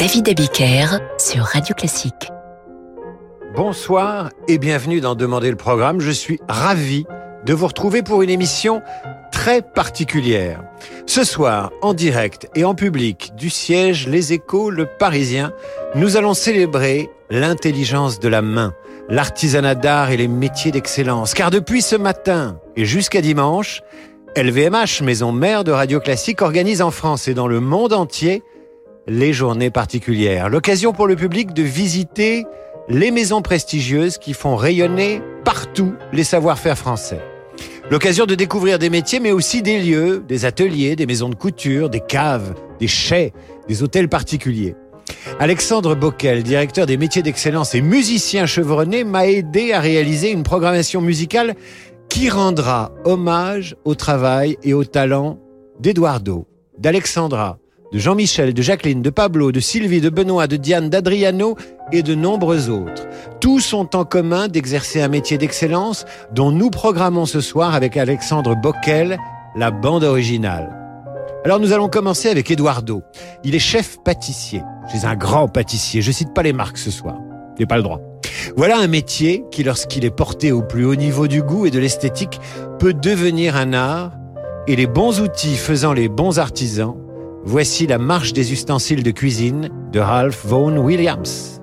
David Abiker sur Radio Classique. Bonsoir et bienvenue dans Demandez le programme. Je suis ravi de vous retrouver pour une émission très particulière. Ce soir, en direct et en public du siège Les Échos, Le Parisien, nous allons célébrer l'intelligence de la main, l'artisanat d'art et les métiers d'excellence. Car depuis ce matin et jusqu'à dimanche, LVMH, maison mère de Radio Classique, organise en France et dans le monde entier les journées particulières. L'occasion pour le public de visiter les maisons prestigieuses qui font rayonner partout les savoir-faire français. L'occasion de découvrir des métiers, mais aussi des lieux, des ateliers, des maisons de couture, des caves, des chais, des hôtels particuliers. Alexandre Bockel, directeur des métiers d'excellence et musicien chevronné, m'a aidé à réaliser une programmation musicale qui rendra hommage au travail et au talent d'Eduardo, d'Alexandra, de Jean-Michel, de Jacqueline, de Pablo, de Sylvie, de Benoît, de Diane, d'Adriano et de nombreux autres. Tous ont en commun d'exercer un métier d'excellence dont nous programmons ce soir avec Alexandre Bockel la bande originale. Alors nous allons commencer avec Eduardo. Il est chef pâtissier chez un grand pâtissier. Je cite pas les marques ce soir. J'ai pas le droit. Voilà un métier qui, lorsqu'il est porté au plus haut niveau du goût et de l'esthétique, peut devenir un art, et les bons outils faisant les bons artisans. Voici la marche des ustensiles de cuisine de Ralph Vaughan Williams.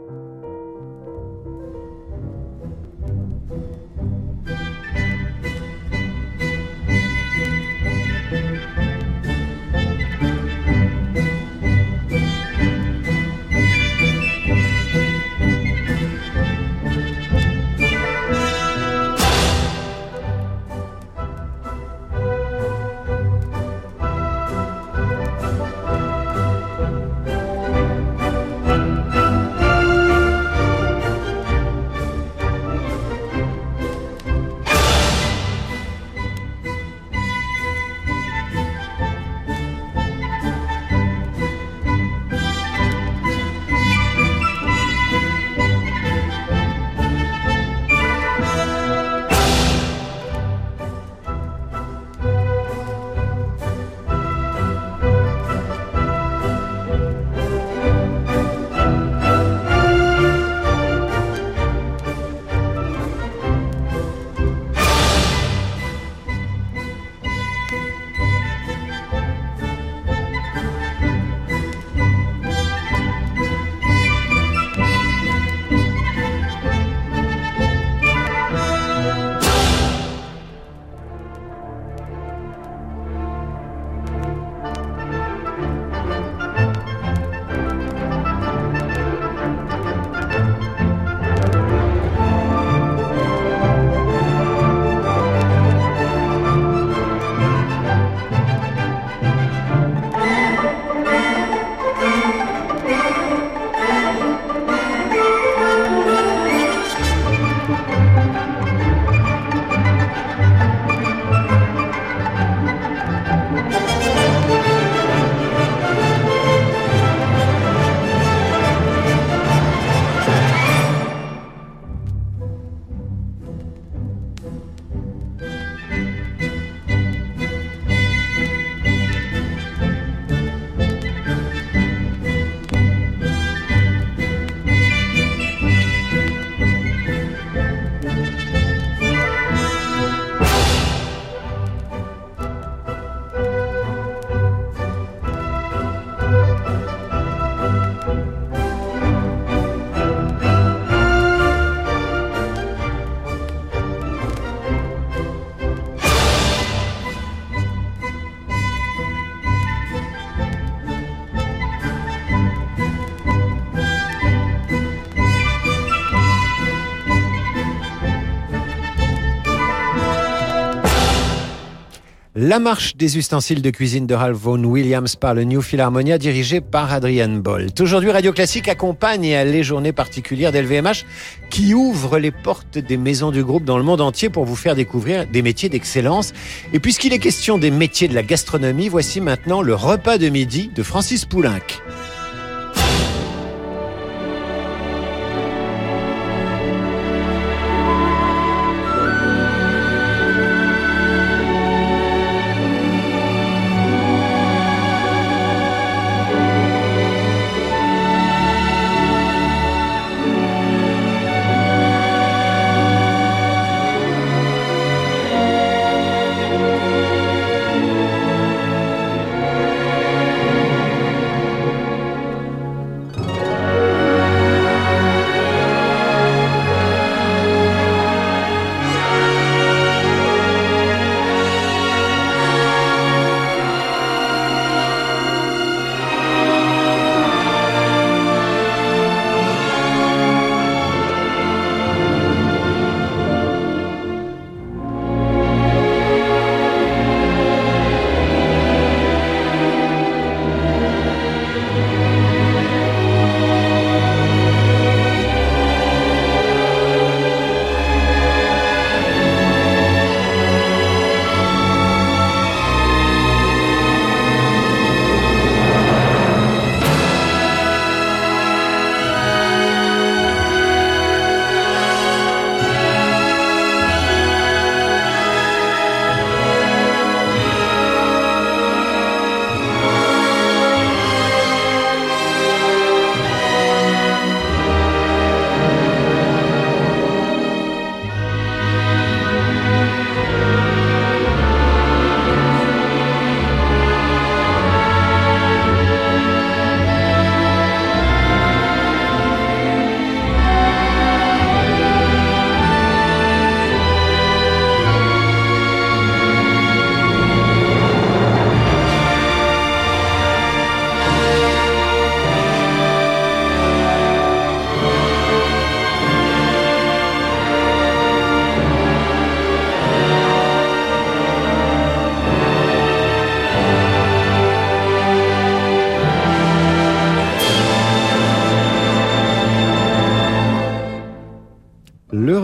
La marche des ustensiles de cuisine de Ralph Vaughan Williams par le New Philharmonia dirigé par Adrian Bolt. Aujourd'hui, Radio Classique accompagne les journées particulières d'LVMH qui ouvrent les portes des maisons du groupe dans le monde entier pour vous faire découvrir des métiers d'excellence. Et puisqu'il est question des métiers de la gastronomie, voici maintenant le repas de midi de Francis Poulenc.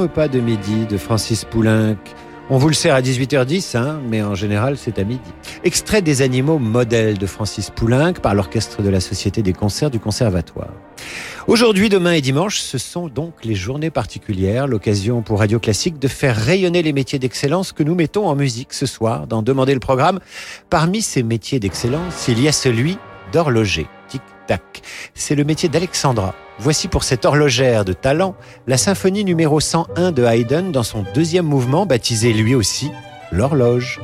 repas de midi de Francis Poulenc. On vous le sert à 18h10, mais en général, c'est à midi. Extrait des animaux modèles de Francis Poulenc par l'orchestre de la Société des concerts du Conservatoire. Aujourd'hui, demain et dimanche, ce sont donc les journées particulières, l'occasion pour Radio Classique de faire rayonner les métiers d'excellence que nous mettons en musique ce soir, dans Demander le programme. Parmi ces métiers d'excellence, il y a celui d'horloger. Tic-tac. C'est le métier d'Alexandra. Voici pour cette horlogère de talent la symphonie numéro 101 de Haydn dans son deuxième mouvement, baptisé lui aussi l'horloge.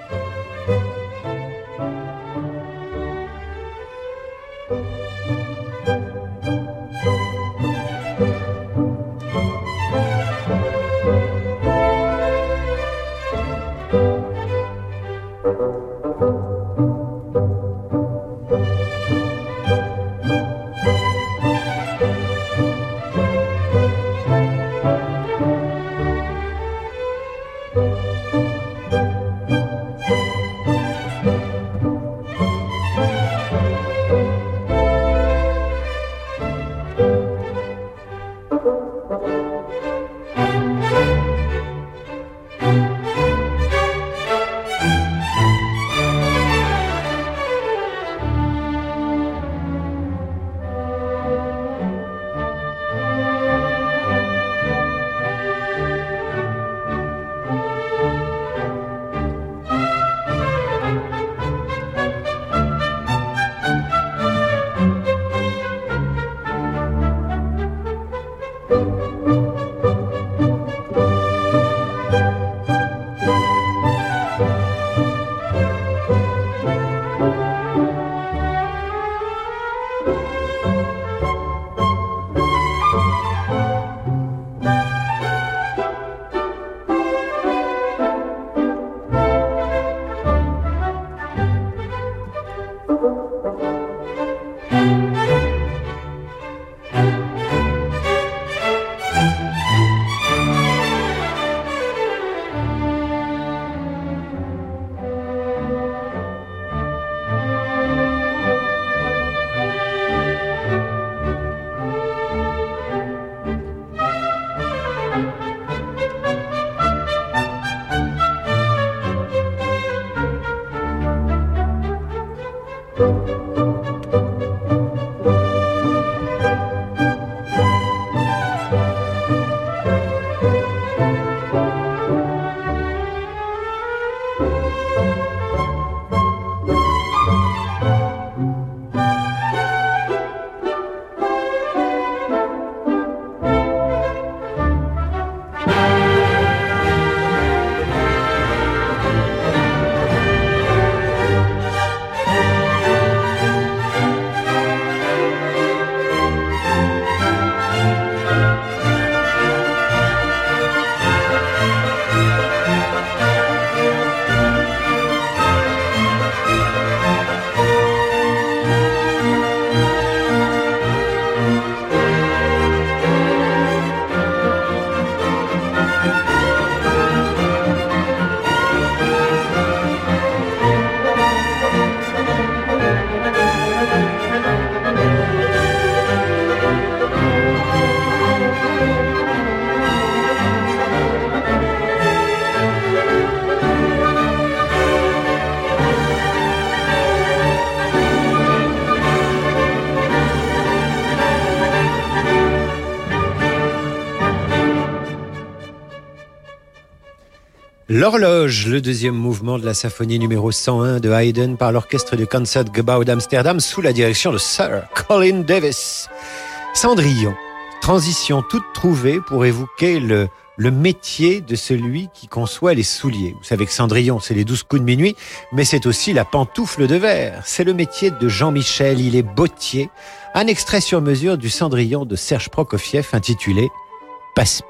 L'horloge, le deuxième mouvement de la symphonie numéro 101 de Haydn par l'orchestre du Concertgebouw d'Amsterdam sous la direction de Sir Colin Davis. Cendrillon, transition toute trouvée pour évoquer le métier de celui qui conçoit les souliers. Vous savez que Cendrillon, c'est les 12 coups de minuit, mais c'est aussi la pantoufle de verre. C'est le métier de Jean-Michel, il est bottier. Un extrait sur mesure du Cendrillon de Serge Prokofiev intitulé « Passe-pied ».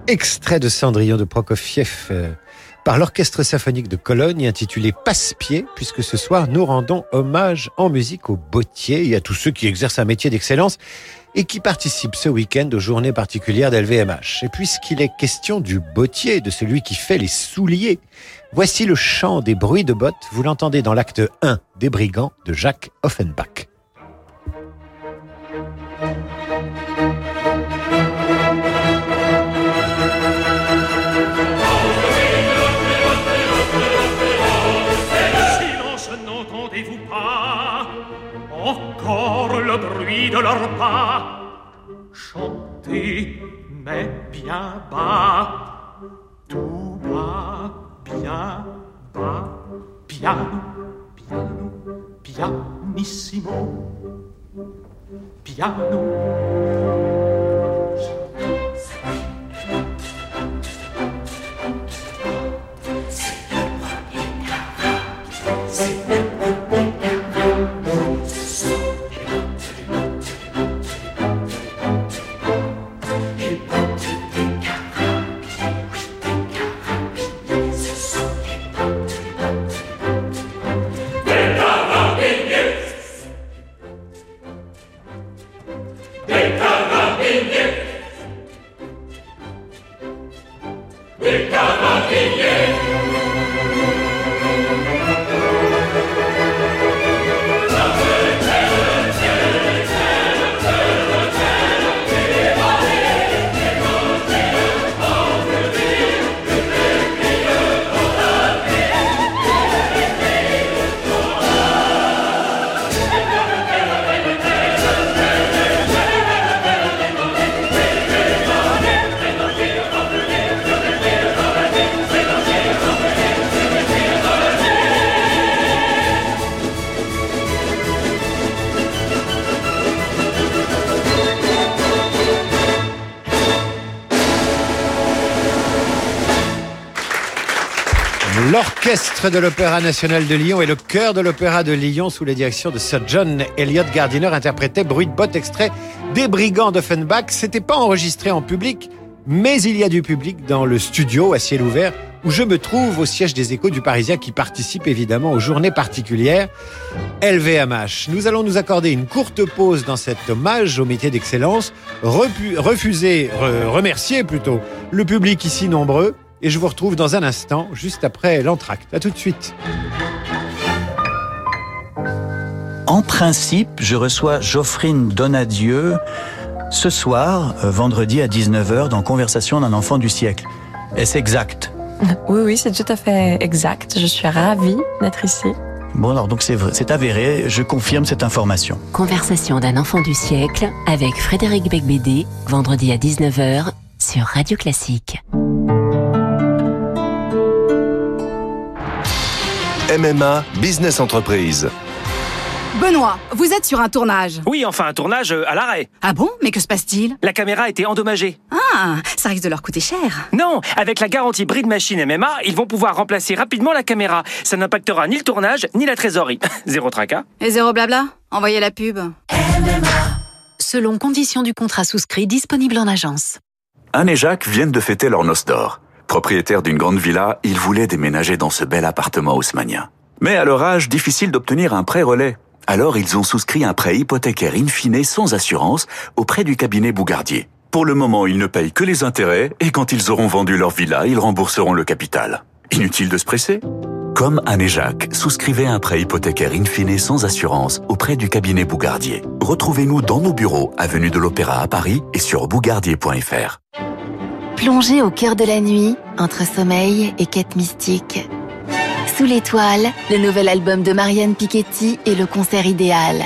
Extrait de Cendrillon de Prokofiev par l'Orchestre symphonique de Cologne, intitulé Passe-Pied, puisque ce soir nous rendons hommage en musique aux bottiers et à tous ceux qui exercent un métier d'excellence et qui participent ce week-end aux journées particulières d'LVMH. Et puisqu'il est question du bottier, de celui qui fait les souliers, voici le chant des bruits de bottes, vous l'entendez dans l'acte 1 des Brigands de Jacques Offenbach. Encore le bruit de leurs pas. Chantez, mais bien bas. Tout bas, bien bas. Piano, piano, pianissimo. Piano. L'orchestre de l'Opéra national de Lyon et le chœur de l'Opéra de Lyon, sous la direction de Sir John Eliot Gardiner, interprétaient Bruit de bottes, extrait des Brigands d'Offenbach. C'était pas enregistré en public, mais il y a du public dans le studio à ciel ouvert où je me trouve au siège des Échos du Parisien qui participe évidemment aux journées particulières LVMH. Nous allons nous accorder une courte pause dans cet hommage au métier d'excellence, remercier plutôt le public ici nombreux. Et je vous retrouve dans un instant, juste après l'entracte. À tout de suite. En principe, je reçois Geoffrine Donadieu ce soir, vendredi à 19h, dans Conversation d'un enfant du siècle. Est-ce exact ? Oui, c'est tout à fait exact. Je suis ravie d'être ici. Bon, alors donc c'est vrai, c'est avéré, je confirme cette information. Conversation d'un enfant du siècle avec Frédéric Becbédé, vendredi à 19h sur Radio Classique. MMA Business Entreprise. Benoît, vous êtes sur un tournage. Oui, enfin un tournage à l'arrêt. Ah bon ? Mais que se passe-t-il ? La caméra a été endommagée. Ah, ça risque de leur coûter cher. Non, avec la garantie Brid Machine MMA, ils vont pouvoir remplacer rapidement la caméra. Ça n'impactera ni le tournage, ni la trésorerie. Zéro tracas. Et zéro blabla ? Envoyez la pub. Selon conditions du contrat souscrit disponible en agence. Anne et Jacques viennent de fêter leur noces d'or. Propriétaires d'une grande villa, ils voulaient déménager dans ce bel appartement haussmannien. Mais à leur âge, difficile d'obtenir un prêt relais. Alors ils ont souscrit un prêt hypothécaire in fine sans assurance auprès du cabinet Bougardier. Pour le moment, ils ne payent que les intérêts et quand ils auront vendu leur villa, ils rembourseront le capital. Inutile de se presser. Comme Anne et Jacques, souscrivez un prêt hypothécaire in fine sans assurance auprès du cabinet Bougardier. Retrouvez-nous dans nos bureaux, avenue de l'Opéra à Paris et sur bougardier.fr. Plongez au cœur de la nuit, entre sommeil et quête mystique. Sous l'étoile, le nouvel album de Marianne Piketty et le concert idéal.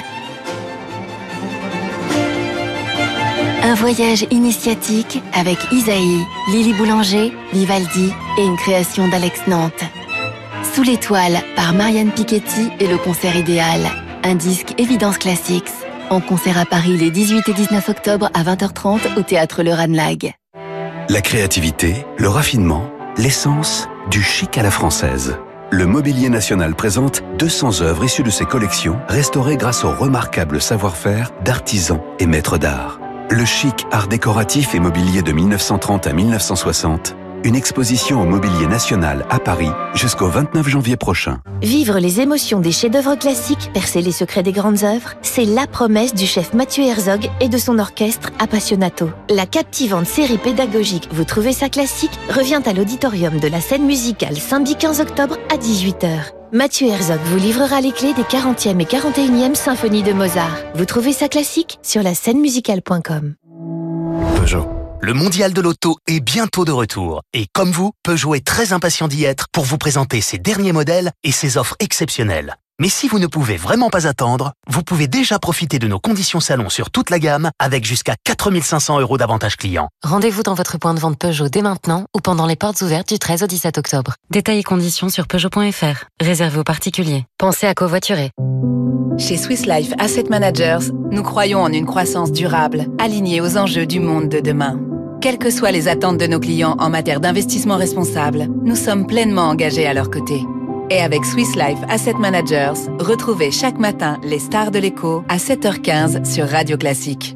Un voyage initiatique avec Isaïe, Lily Boulanger, Vivaldi et une création d'Alex Nantes. Sous l'étoile par Marianne Piketty et le concert idéal. Un disque Évidence Classics. En concert à Paris les 18 et 19 octobre à 20h30 au théâtre Le Ranelagh. La créativité, le raffinement, l'essence du chic à la française. Le Mobilier National présente 200 œuvres issues de ses collections, restaurées grâce au remarquable savoir-faire d'artisans et maîtres d'art. Le chic art décoratif et mobilier de 1930 à 1960. Une exposition au Mobilier National à Paris jusqu'au 29 janvier prochain. Vivre les émotions des chefs-d'œuvre classiques, percer les secrets des grandes œuvres, c'est la promesse du chef Mathieu Herzog et de son orchestre Appassionato. La captivante série pédagogique Vous trouvez ça classique revient à l'auditorium de la scène musicale samedi 15 octobre à 18h. Mathieu Herzog vous livrera les clés des 40e et 41e symphonies de Mozart. Vous trouvez ça classique sur la scènemusicale.com. Peugeot. Le mondial de l'auto est bientôt de retour. Et comme vous, Peugeot est très impatient d'y être pour vous présenter ses derniers modèles et ses offres exceptionnelles. Mais si vous ne pouvez vraiment pas attendre, vous pouvez déjà profiter de nos conditions salon sur toute la gamme avec jusqu'à 4 500 € d'avantages clients. Rendez-vous dans votre point de vente Peugeot dès maintenant ou pendant les portes ouvertes du 13 au 17 octobre. Détails et conditions sur Peugeot.fr. Réservé aux particuliers. Pensez à covoiturer. Chez Swiss Life Asset Managers, nous croyons en une croissance durable, alignée aux enjeux du monde de demain. Quelles que soient les attentes de nos clients en matière d'investissement responsable, nous sommes pleinement engagés à leur côté. Et avec Swiss Life Asset Managers, retrouvez chaque matin les stars de l'écho à 7h15 sur Radio Classique.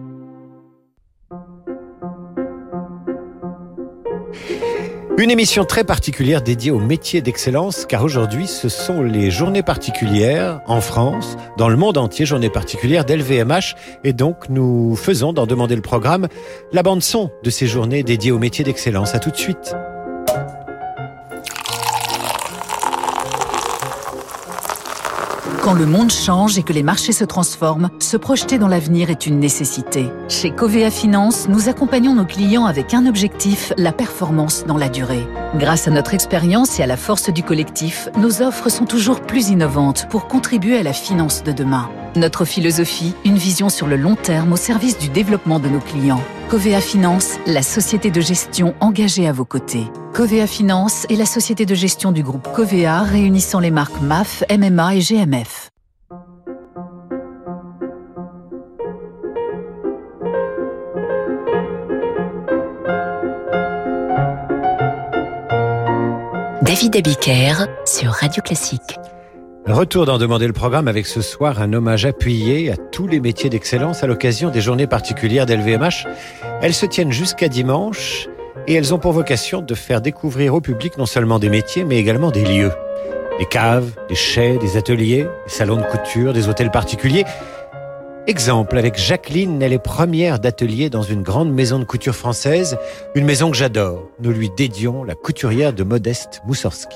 Une émission très particulière dédiée aux métiers d'excellence, car aujourd'hui, ce sont les journées particulières en France, dans le monde entier, journées particulières d'LVMH. Et donc, nous faisons, dans Demander le programme, la bande-son de ces journées dédiées aux métiers d'excellence. À tout de suite. Quand le monde change et que les marchés se transforment, se projeter dans l'avenir est une nécessité. Chez Covéa Finance, nous accompagnons nos clients avec un objectif, la performance dans la durée. Grâce à notre expérience et à la force du collectif, nos offres sont toujours plus innovantes pour contribuer à la finance de demain. Notre philosophie, une vision sur le long terme au service du développement de nos clients. Covéa Finance, la société de gestion engagée à vos côtés. Covéa Finance est la société de gestion du groupe Covéa réunissant les marques MAF, MMA et GMF. David Abiker sur Radio Classique. Retour d'en demander le programme avec ce soir un hommage appuyé à tous les métiers d'excellence à l'occasion des journées particulières d'LVMH. Elles se tiennent jusqu'à dimanche et elles ont pour vocation de faire découvrir au public non seulement des métiers mais également des lieux. Des caves, des chais, des ateliers, des salons de couture, des hôtels particuliers. Exemple avec Jacqueline, elle est première d'atelier dans une grande maison de couture française, une maison que j'adore. Nous lui dédions la couturière de Modeste Moussorski.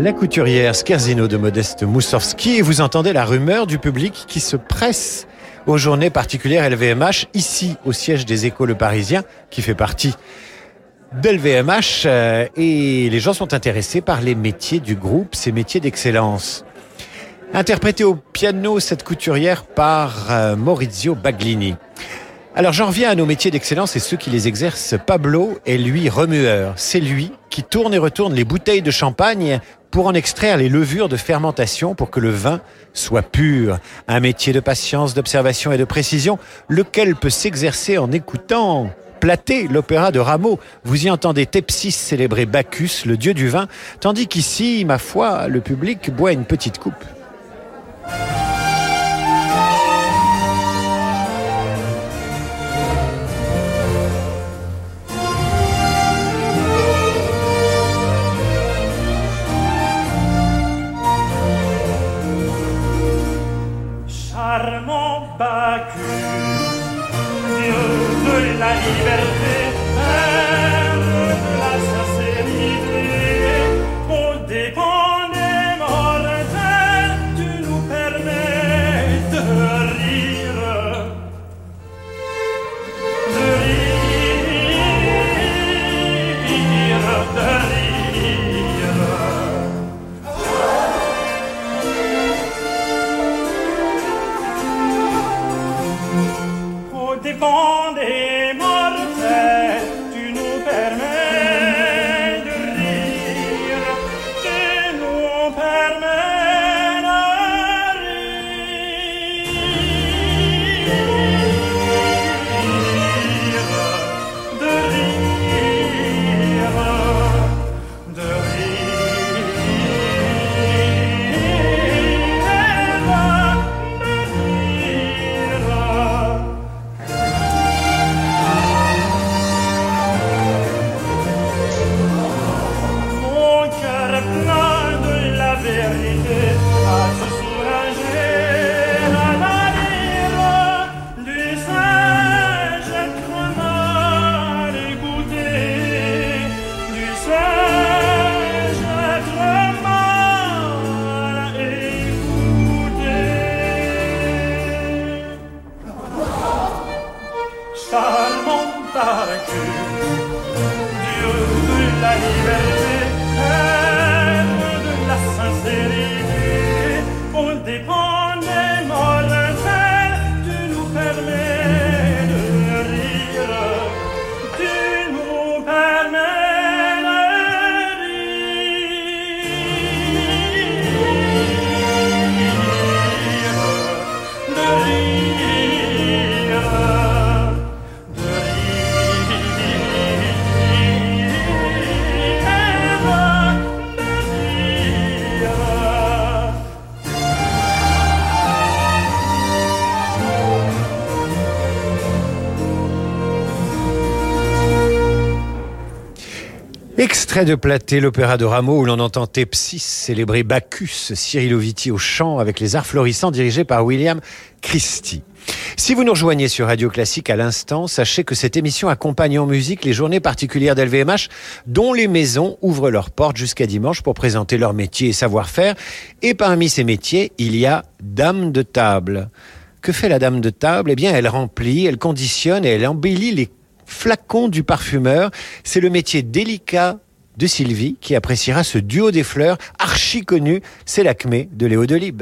La couturière Scherzino de Modeste Moussowski, et vous entendez la rumeur du public qui se presse aux journées particulières LVMH, ici au siège des Échos Le Parisien, qui fait partie d'LVMH, et les gens sont intéressés par les métiers du groupe, ces métiers d'excellence. Interprétée au piano, cette couturière par Maurizio Baglini. Alors j'en reviens à nos métiers d'excellence et ceux qui les exercent. Pablo est lui remueur. C'est lui qui tourne et retourne les bouteilles de champagne pour en extraire les levures de fermentation pour que le vin soit pur. Un métier de patience, d'observation et de précision, lequel peut s'exercer en écoutant Platée, l'opéra de Rameau. Vous y entendez Thepsis célébrer Bacchus, le dieu du vin, tandis qu'ici, ma foi, le public boit une petite coupe. Charmant Bacchus, dieu de la liberté, père de la sincérité, au dépend des mortels, tu nous permets de rire, de rire. Dépend des mortels, tu nous permets de rire, tu nous permets de rire, de rire, de Extrait de Platée, l'opéra de Rameau, où l'on entend Thepsis célébrer Bacchus, Cyril Oviti au chant avec les arts florissants dirigés par William Christie. Si vous nous rejoignez sur Radio Classique à l'instant, sachez que cette émission accompagne en musique les journées particulières d'LVMH, dont les maisons ouvrent leurs portes jusqu'à dimanche pour présenter leur métier et savoir-faire. Et parmi ces métiers, il y a dame de table. Que fait la dame de table ? Eh bien, elle remplit, elle conditionne et elle embellit les flacons du parfumeur. C'est le métier délicat de Sylvie qui appréciera ce duo des fleurs archi connu. C'est l'Acmé de Léo Delibes.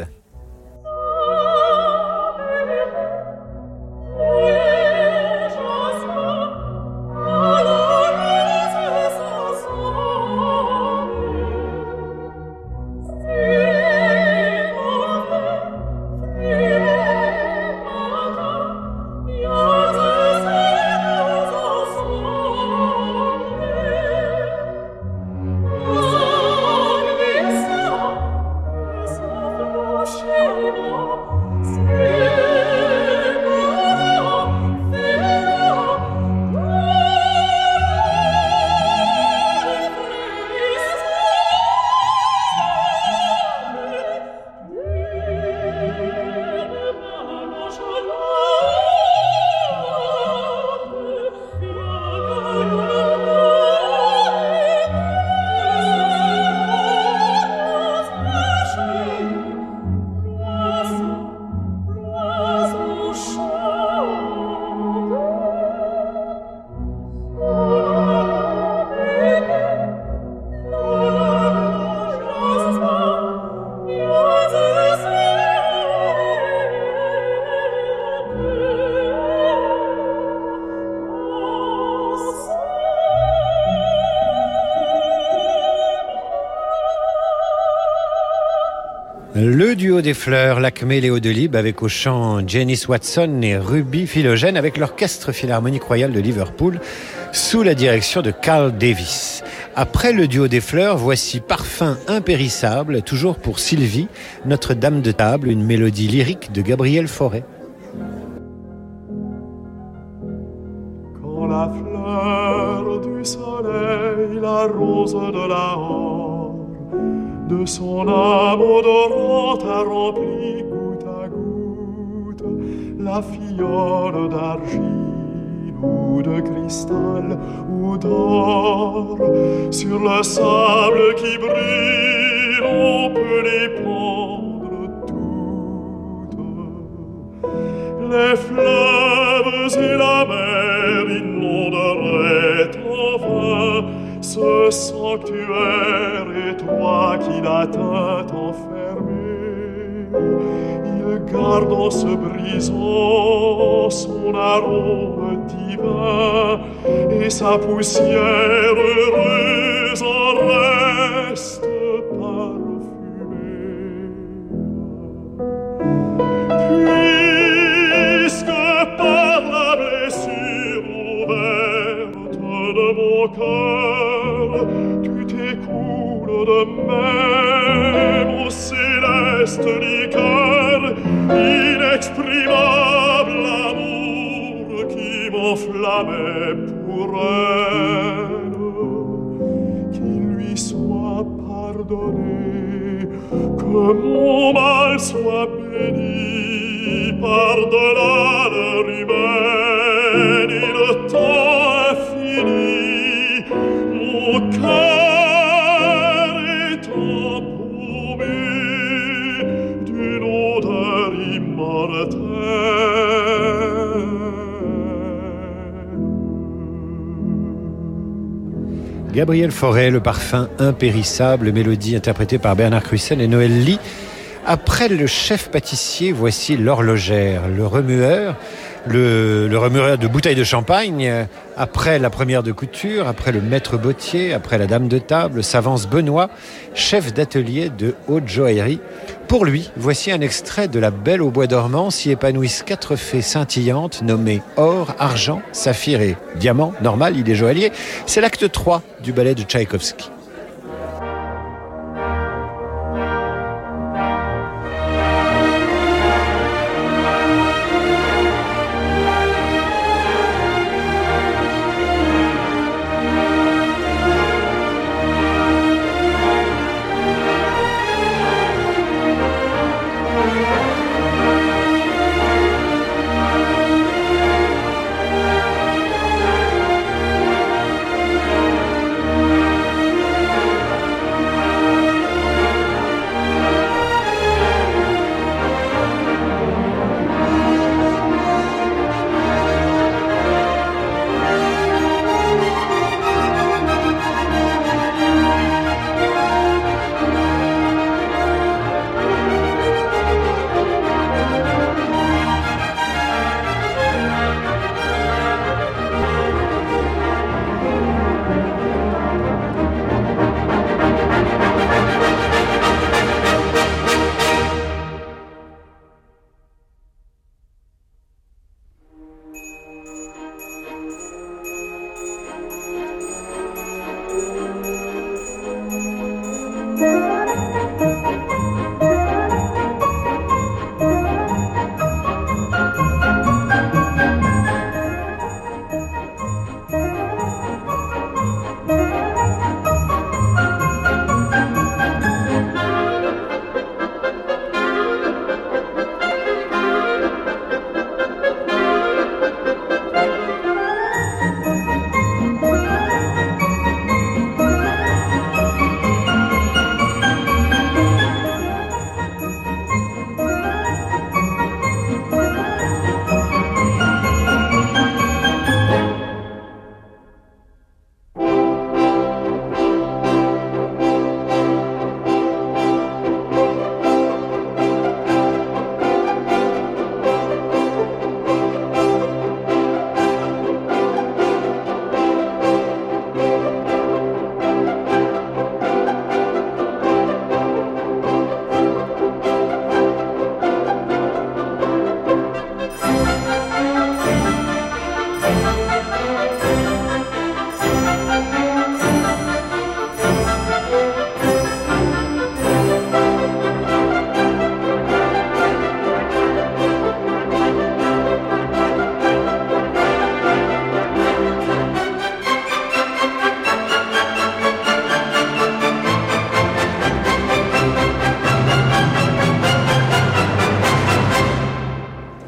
Le duo des fleurs, Lakmé Léo Delibes avec au chant Janice Watson et Ruby Philogène avec l'Orchestre Philharmonique Royal de Liverpool sous la direction de Carl Davis. Après le duo des fleurs, voici Parfum impérissable, toujours pour Sylvie, notre dame de table, une mélodie lyrique de Gabriel Fauré. Quand la fleur du soleil, la rose de la horde, de son âme odorante a rempli goutte à goutte la fiole d'argile ou de cristal ou d'or. Sur le sable qui brille, on peut les prendre toutes. Les fleuves et la mer inonderaient en vain ce sanctuaire étroit qui la tint enfermée. Il garde en se brisant son arôme divin et sa poussière heureuse en reste parfumée. Puisque par la blessure ouverte de mon cœur tu t'écoules de même au céleste liqueur, inexprimable amour qui m'enflammait pour elle, qu'il lui soit pardonné, que mon mal soit béni par-delà l'heure humaine et le temps infini. Mon cœur est embaumé d'une odeur immortelle. Gabriel Fauré, le parfum impérissable, mélodie interprétée par Bernard Crussen et Noël Lee. Après le chef pâtissier, voici l'horlogère, le remueur de bouteilles de champagne. Après la première de couture, après le maître bottier, après la dame de table, s'avance Benoît, chef d'atelier de haute joaillerie. Pour lui, voici un extrait de La Belle au bois dormant, s'y épanouissent 4 fées scintillantes nommées or, argent, saphir et diamant. Normal, il est joaillier. C'est l'acte 3 du ballet de Tchaïkovski.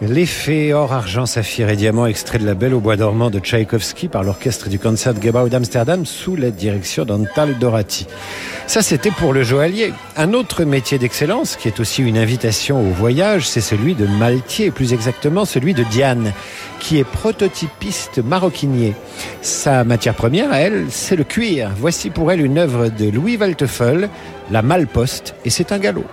Les Fées, or, argent, saphir et diamant, extrait de La Belle au bois dormant de Tchaïkovski par l'orchestre du Concertgebouw d'Amsterdam sous la direction d'Antal Dorati. Ça, c'était pour le joaillier. Un autre métier d'excellence, qui est aussi une invitation au voyage, c'est celui de maltier, plus exactement celui de Diane, qui est prototypiste maroquinier. Sa matière première, à elle, c'est le cuir. Voici pour elle une œuvre de Louis Waldteufel, La Malle-Poste, et c'est un galop.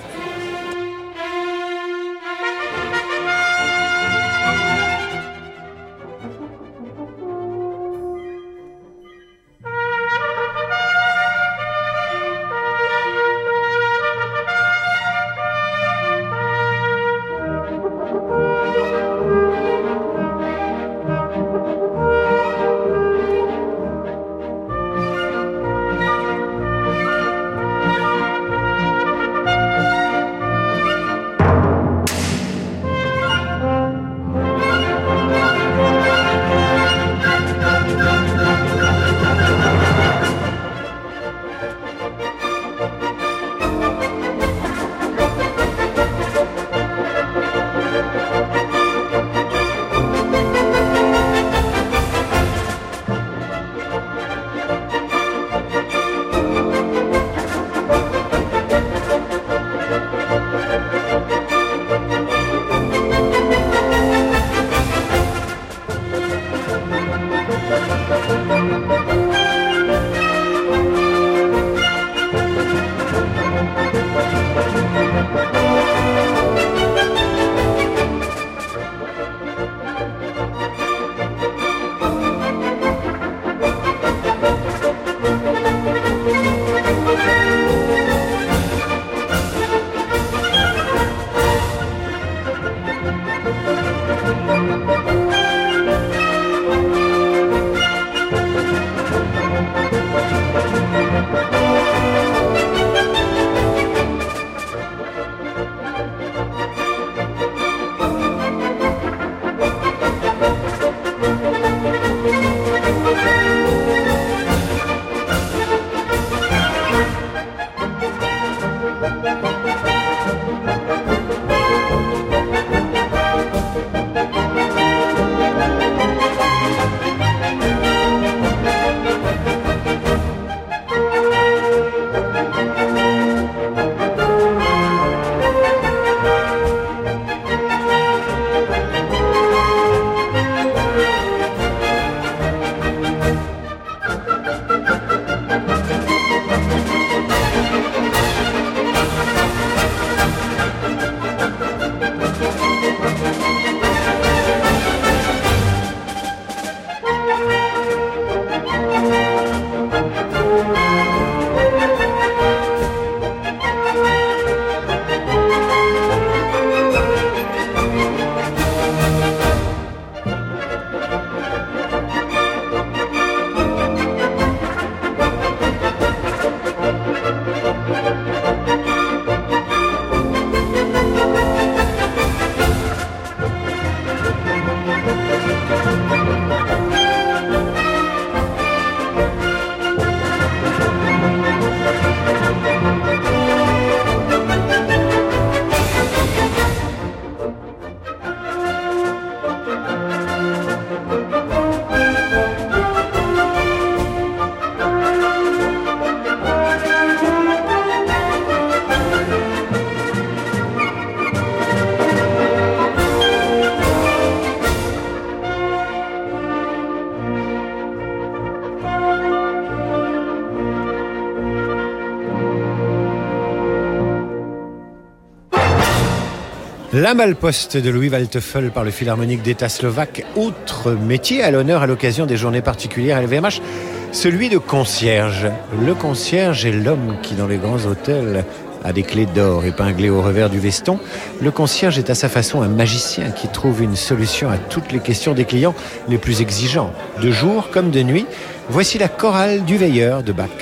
La Malle-Poste de Louis Waldteufel par le Philharmonique d'État slovaque. Autre métier à l'honneur à l'occasion des journées particulières à LVMH, celui de concierge. Le concierge est l'homme qui, dans les grands hôtels, a des clés d'or épinglées au revers du veston. Le concierge est à sa façon un magicien qui trouve une solution à toutes les questions des clients les plus exigeants. De jour comme de nuit, voici la chorale du veilleur de Bach.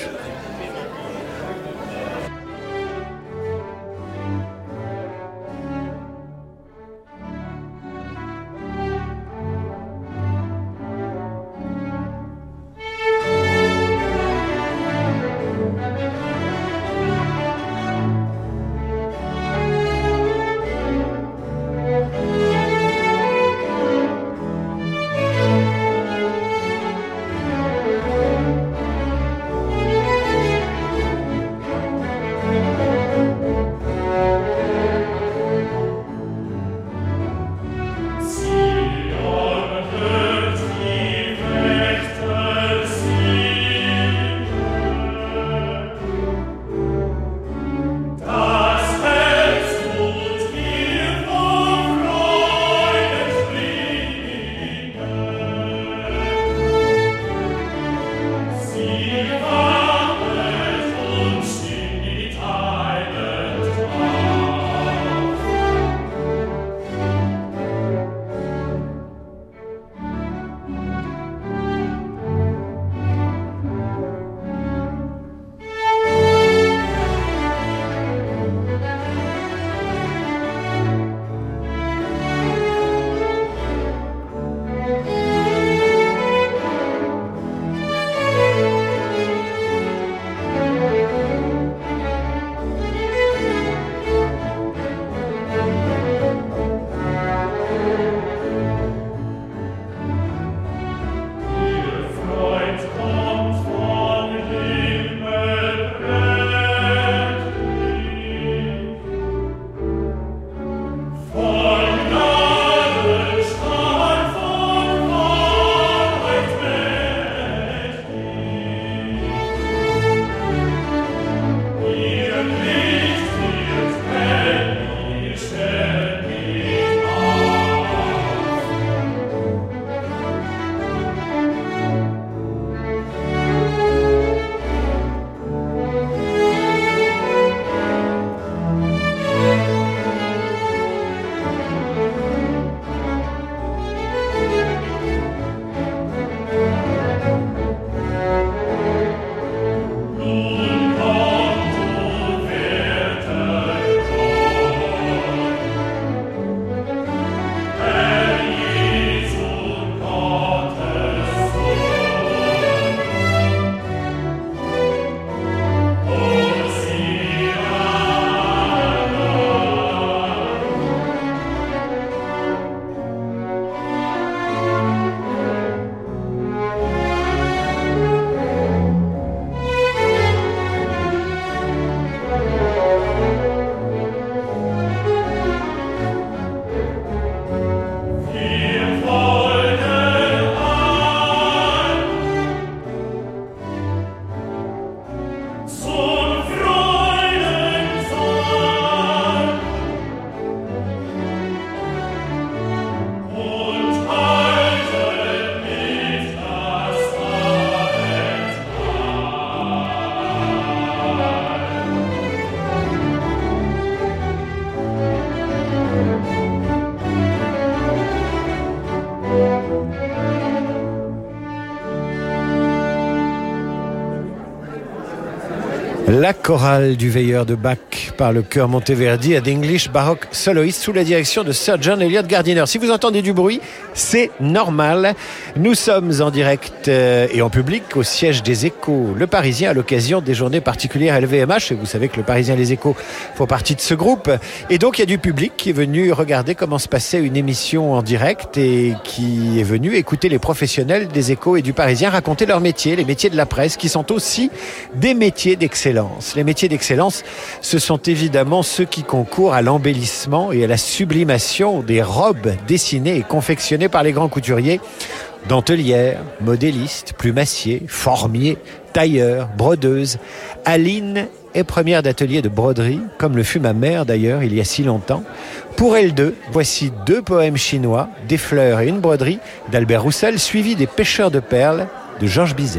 La chorale du Veilleur de Bach par le chœur Monteverdi at English Baroque Soloist sous la direction de Sir John Eliot Gardiner. Si vous entendez du bruit, c'est normal. Nous sommes en direct et en public au siège des Échos, Le Parisien, à l'occasion des journées particulières LVMH. Et vous savez que Le Parisien et les Échos font partie de ce groupe. Et donc, il y a du public qui est venu regarder comment se passait une émission en direct et qui est venu écouter les professionnels des Échos et du Parisien raconter leur métier, les métiers de la presse, qui sont aussi des métiers d'excellence. Les métiers d'excellence, ce sont évidemment ceux qui concourent à l'embellissement et à la sublimation des robes dessinées et confectionnées par les grands couturiers, dentelières, modélistes, plumassiers, formiers, tailleurs, brodeuses. Aline est première d'atelier de broderie, comme le fut ma mère d'ailleurs il y a si longtemps. Pour elles deux, voici 2 poèmes chinois, Des fleurs et une broderie d'Albert Roussel, suivi des Pêcheurs de perles de Georges Bizet.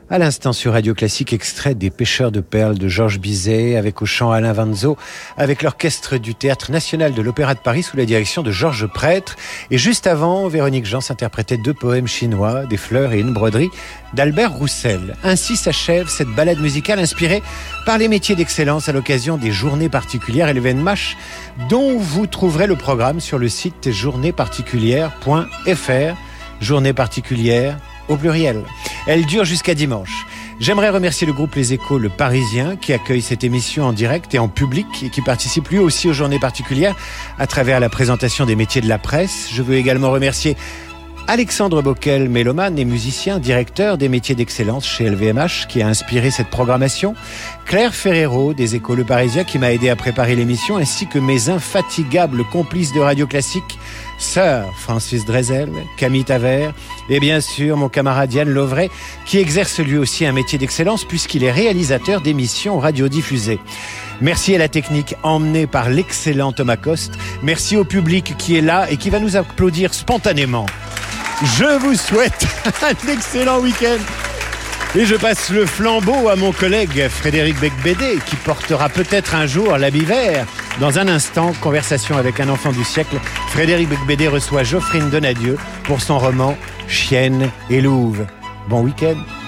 À l'instant sur Radio Classique, extrait des Pêcheurs de perles de Georges Bizet, avec au chant Alain Vanzo, avec l'orchestre du Théâtre National de l'Opéra de Paris sous la direction de Georges Prêtre. Et juste avant, Véronique Jans interprétait 2 poèmes chinois, Des fleurs et une broderie, d'Albert Roussel. Ainsi s'achève cette balade musicale inspirée par les métiers d'excellence à l'occasion des journées particulières et l'événement dont vous trouverez le programme sur le site journéesparticulières.fr. Journée particulière au pluriel. Elle dure jusqu'à dimanche. J'aimerais remercier le groupe Les Échos, le Parisien, qui accueille cette émission en direct et en public et qui participe lui aussi aux journées particulières à travers la présentation des métiers de la presse. Je veux également remercier Alexandre Bockel, mélomane et musicien, directeur des métiers d'excellence chez LVMH, qui a inspiré cette programmation. Claire Ferrero, des Échos Le Parisien, qui m'a aidé à préparer l'émission, ainsi que mes infatigables complices de Radio Classique, Sir Francis Drezel, Camille Tavert, et bien sûr mon camarade Yann Lovray, qui exerce lui aussi un métier d'excellence puisqu'il est réalisateur d'émissions radiodiffusées. Merci à la technique emmenée par l'excellent Thomas Coste. Merci au public qui est là et qui va nous applaudir spontanément. Je vous souhaite un excellent week-end. Et je passe le flambeau à mon collègue Frédéric Becbédé, qui portera peut-être un jour l'habit vert. Dans un instant, conversation avec un enfant du siècle, Frédéric Becbédé reçoit Geoffrine Donadieu pour son roman Chienne et Louve. Bon week-end.